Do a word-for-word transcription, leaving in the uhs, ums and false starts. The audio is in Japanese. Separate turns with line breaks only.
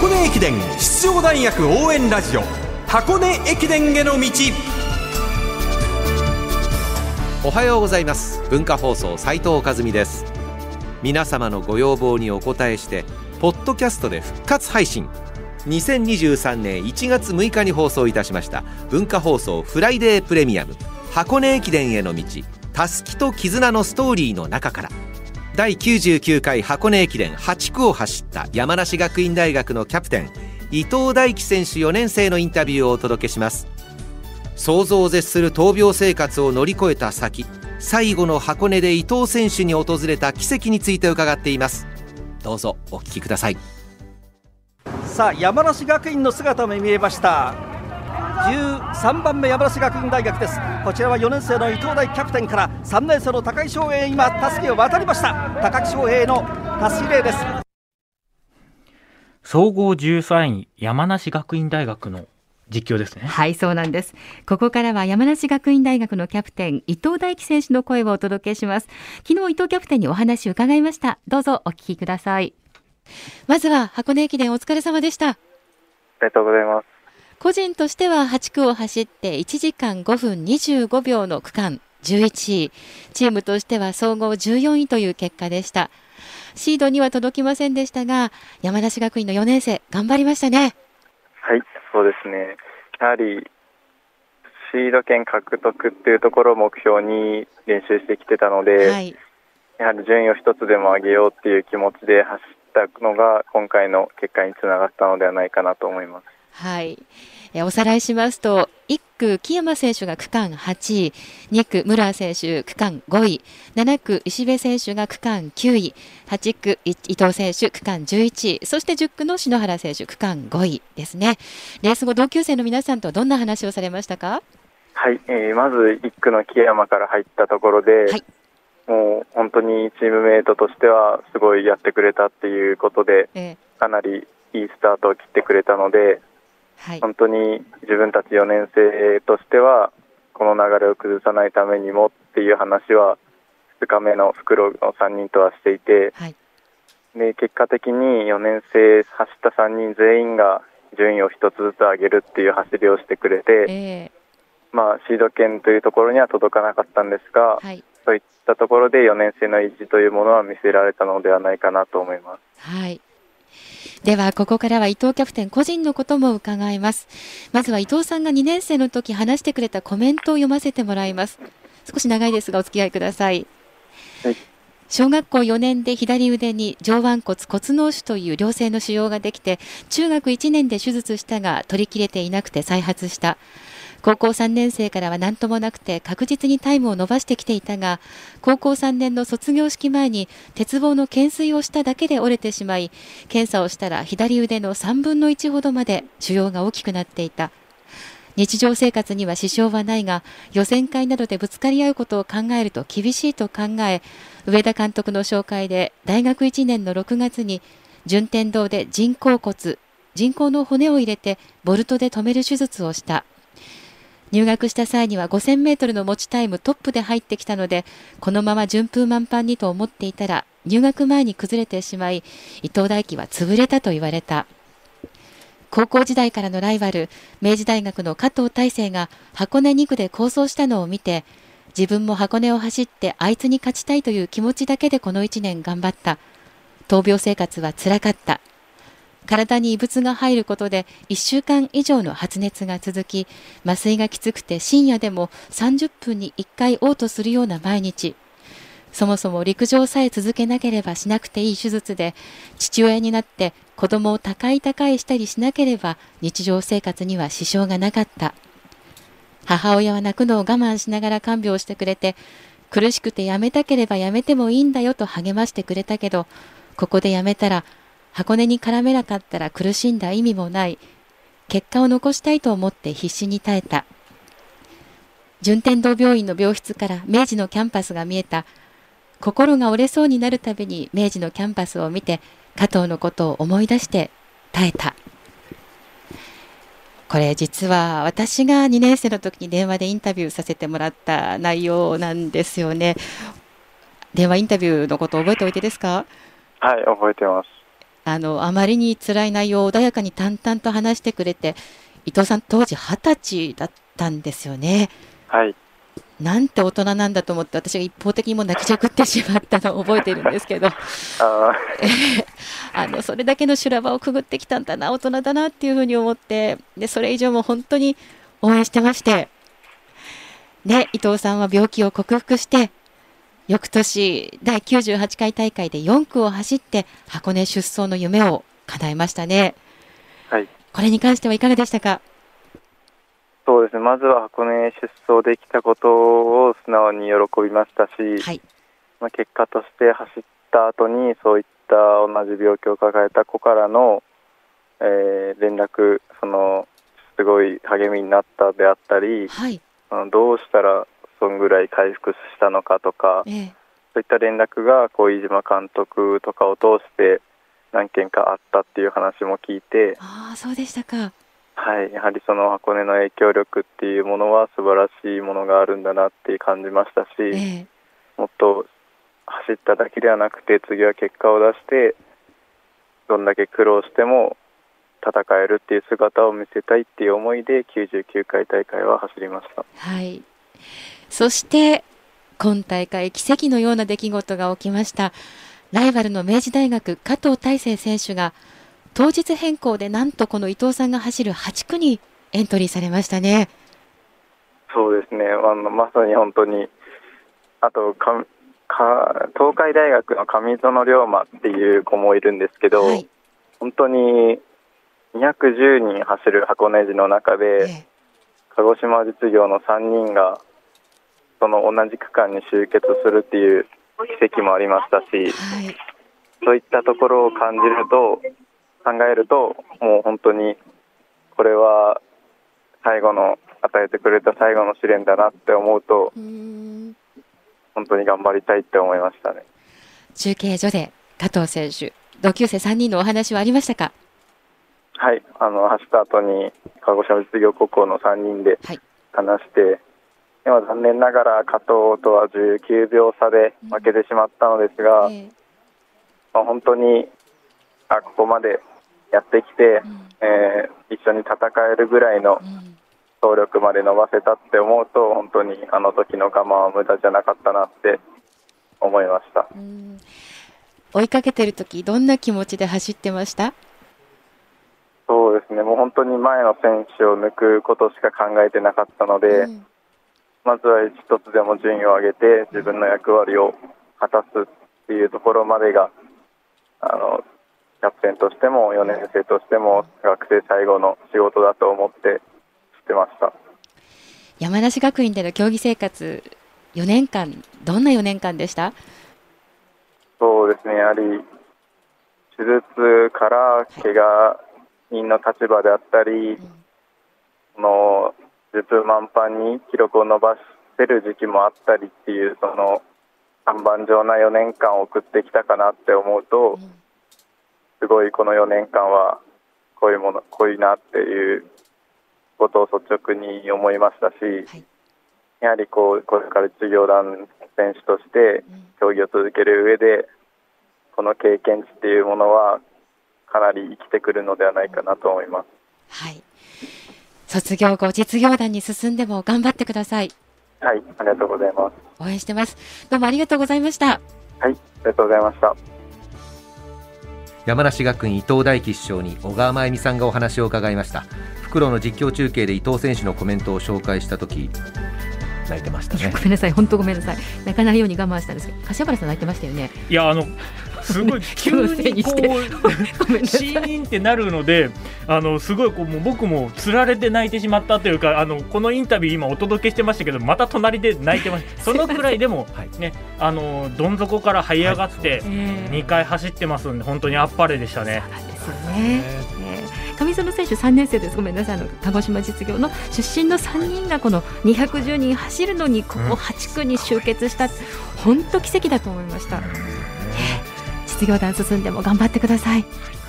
箱根駅伝出場大学応援ラジオ、箱根駅伝への道。
おはようございます。文化放送斉藤和美です。皆様のご要望にお応えしてポッドキャストで復活配信。にせんにじゅうさんねんいちがつむいかに放送いたしました文化放送フライデープレミアム箱根駅伝への道、たすきと絆のストーリーの中から、だいきゅうじゅうきゅうかい箱根駅伝はちくを走った山梨学院大学のキャプテン伊藤大輝選手よねん生のインタビューをお届けします。想像を絶する闘病生活を乗り越えた先、最後の箱根で伊藤選手に訪れた奇跡について伺っています。どうぞお聞きください。
さあ、山梨学院の姿も見えました。じゅうさんばんめ山梨学院大学です。こちらはよねん生の伊藤大キャプテンからさんねん生の高木翔平、今たすきを渡りました。高木翔平のたすきリレーです。
総合じゅうさんい山梨学院大学の実況ですね。
はい、そうなんです。ここからは山梨学院大学のキャプテン伊藤大輝選手の声をお届けします。昨日伊藤キャプテンにお話を伺いました。どうぞお聞きください。まずは箱根駅伝お疲れ様でした。
ありがとうございます。
個人としてははちくを走っていちじかんごふんにじゅうごびょうの区間じゅういちい、チームとしては総合じゅうよんいという結果でした。シードには届きませんでしたが、山梨学院のよねん生頑張りましたね。
はい、そうですね。やはりシード権獲得っていうところを目標に練習してきてたので、はい、やはり順位を一つでも上げようっていう気持ちで走ったのが今回の結果につながったのではないかなと思います。はい、
おさらいしますと、いっく木山選手が区間はちい、にく武良選手区間ごい、ななく石部選手が区間きゅうい、はちく伊藤選手区間じゅういちい、そしてじゅっくの篠原選手区間ごいですね。レース後同級生の皆さんとどんな話をされましたか？
はい、えー、まずいっくの木山から入ったところで、はい、もう本当にチームメイトとしてはすごいやってくれたっていうことで、えー、かなりいいスタートを切ってくれたので、はい、本当に自分たちよねん生としてはこの流れを崩さないためにもっていう話はふつかめの袋のさんにんとはしていて、はい、で結果的によねん生走ったさんにん全員が順位を一つずつ上げるっていう走りをしてくれて、えーまあ、シード権というところには届かなかったんですが、はい、そういったところでよねん生の意地というものは見せられたのではないかなと思います。
はい、ではここからは伊藤キャプテン個人のことも伺います。まずは伊藤さんがにねん生の時話してくれたコメントを読ませてもらいます。少し長いですがお付き合いください。はい、小学校よねんで左腕に上腕骨骨脳腫という良性の腫瘍ができて、中学いちねんで手術したが取り切れていなくて再発した。高校さんねん生からは何ともなくて確実にタイムを伸ばしてきていたが、高校さんねんの卒業式前に鉄棒の懸垂をしただけで折れてしまい、検査をしたら左腕のさんぶんのいちほどまで腫瘍が大きくなっていた。日常生活には支障はないが、予選会などでぶつかり合うことを考えると厳しいと考え、上田監督の紹介で大学いちねんのろくがつに順天堂で人工骨、人工の骨を入れてボルトで留める手術をした。入学した際にはごせんメートルの持ちタイムトップで入ってきたので、このまま順風満帆にと思っていたら入学前に崩れてしまい、伊藤大輝は潰れたと言われた。高校時代からのライバル明治大学の加藤大成が箱根にくで好走したのを見て、自分も箱根を走ってあいつに勝ちたいという気持ちだけでこのいちねん頑張った。闘病生活はつらかった。体に異物が入ることでいっしゅうかん以上の発熱が続き、麻酔がきつくて深夜でもさんじゅっぷんにいっかい嘔吐するような毎日。そもそも陸上さえ続けなければしなくていい手術で、父親になって子供を高い高いしたりしなければ日常生活には支障がなかった。母親は泣くのを我慢しながら看病してくれて、苦しくてやめたければやめてもいいんだよと励ましてくれたけど、ここでやめたら箱根に絡めなかったら苦しんだ意味もない。結果を残したいと思って必死に耐えた。順天堂病院の病室から明治のキャンパスが見えた。心が折れそうになるたびに明治のキャンパスを見て、加藤のことを思い出して耐えた。これ実は私がにねん生の時に電話でインタビューさせてもらった内容なんですよね。電話インタビューのことを覚えておいてですか？
はい、覚えてます。
あのあまりに辛い内容を穏やかに淡々と話してくれて、伊藤さん当時はたちだったんですよね。
はい。
なんて大人なんだと思って、私が一方的にも泣きじゃくってしまったのを覚えてるんですけどああのそれだけの修羅場をくぐってきたんだな、大人だなっていうふうに思って、でそれ以上も本当に応援してまして、で伊藤さんは病気を克服して翌年だいきゅうじゅうはちかい大会でよんくを走って箱根出走の夢を叶えましたね。
はい。
これに関してはいかがでしたか？
そうですね、まずは箱根出走できたことを素直に喜びましたし、
はい、
まあ、結果として走った後にそういった同じ病気を抱えた子からの、えー、連絡、そのすごい励みになったであったり、
はい、
どうしたらそんぐらい回復したのかとか、
えー、
そういった連絡が小飯島監督とかを通して何件かあったっていう話も聞いて、
ああ、そうでしたか。
はい、やはりその箱根の影響力っていうものは素晴らしいものがあるんだなって感じましたし、
えー、
もっと走っただけではなくて次は結果を出してどんだけ苦労しても戦えるっていう姿を見せたいっていう思いできゅうじゅうきゅうかい大会は走りました。
はい、そして今大会奇跡のような出来事が起きました。ライバルの明治大学加藤大成選手が当日変更でなんとこの伊藤さんが走るはちくにエントリーされましたね。
そうですね、あのまさに本当に、あとかか東海大学の上園龍馬っていう子もいるんですけど、はい、本当ににひゃくじゅうにん走る箱根路の中で、ええ、鹿児島実業のさんにんがその同じ区間に集結するっていう奇跡もありましたし、はい、そういったところを感じると考えると、もう本当にこれは最後の与えてくれた最後の試練だなって思うと、うーん、本当に頑張りたいって思いましたね。
中継所で加藤選手、同級生さんにんのお話はありましたか？
はい、あの走った後に鹿児島実業高校のさんにんで話して、はい、でも残念ながら加藤とはじゅうきゅうびょう差で負けてしまったのですが、うんえーまあ、本当にあここまでやってきて、うんえー、一緒に戦えるぐらいの走力まで伸ばせたって思うと、本当にあの時の我慢は無駄じゃなかったなって思いました。
うん、追いかけてる時どんな気持ちで走ってました？
そうですね、もう本当に前の選手を抜くことしか考えてなかったので、うん、まずは一つでも順位を上げて自分の役割を果たすっていうところまでが、あのキャプテンとしてもよねん生としても学生最後の仕事だと思ってしてました。
山梨学院での競技生活よねんかん、どんなよねんかんでした？
そうですね、やはり手術から怪我人の立場であったり、その順風満帆に記録を伸ばせる時期もあったりっていう、その看板上なよねんかんを送ってきたかなって思うと、すごいこのよねんかんはこういうもの濃いなっていうことを率直に思いましたし、はい、やはりこうこれから実業団選手として競技を続ける上で、この経験値っていうものはかなり生きてくるのではないかなと思います。
はい、卒業後実業団に進んでも頑張ってください。
はい、ありがとうございます。
応援してます。どうもありがとうございました。
はい、ありがとうございました。
山梨学院伊藤大樹主将に小川真由美さんがお話を伺いました。復路の実況中継で伊藤選手のコメントを紹介したとき泣いてましたね。
ごめんなさい、本当ごめんなさい。泣かないように我慢したんですけど、柏原さん泣いてましたよね。
いや、あのすごい急にこうシーンってなるので、あのすごいこうもう僕もつられて泣いてしまったというか、あのこのインタビュー今お届けしてましたけど、また隣で泣いてました。そのくらいでも、ね、あのどん底から這い上がってにかい走ってますんで、本当にあっぱれでしたね。
そうなんですよね。上園選手さんねん生です。ごめんなさい、あの鹿児島実業の出身のさんにんがこのにひゃくじゅうにん走るのにここはちくに集結した、本当奇跡だと思いました。実業団進んでも頑張ってください。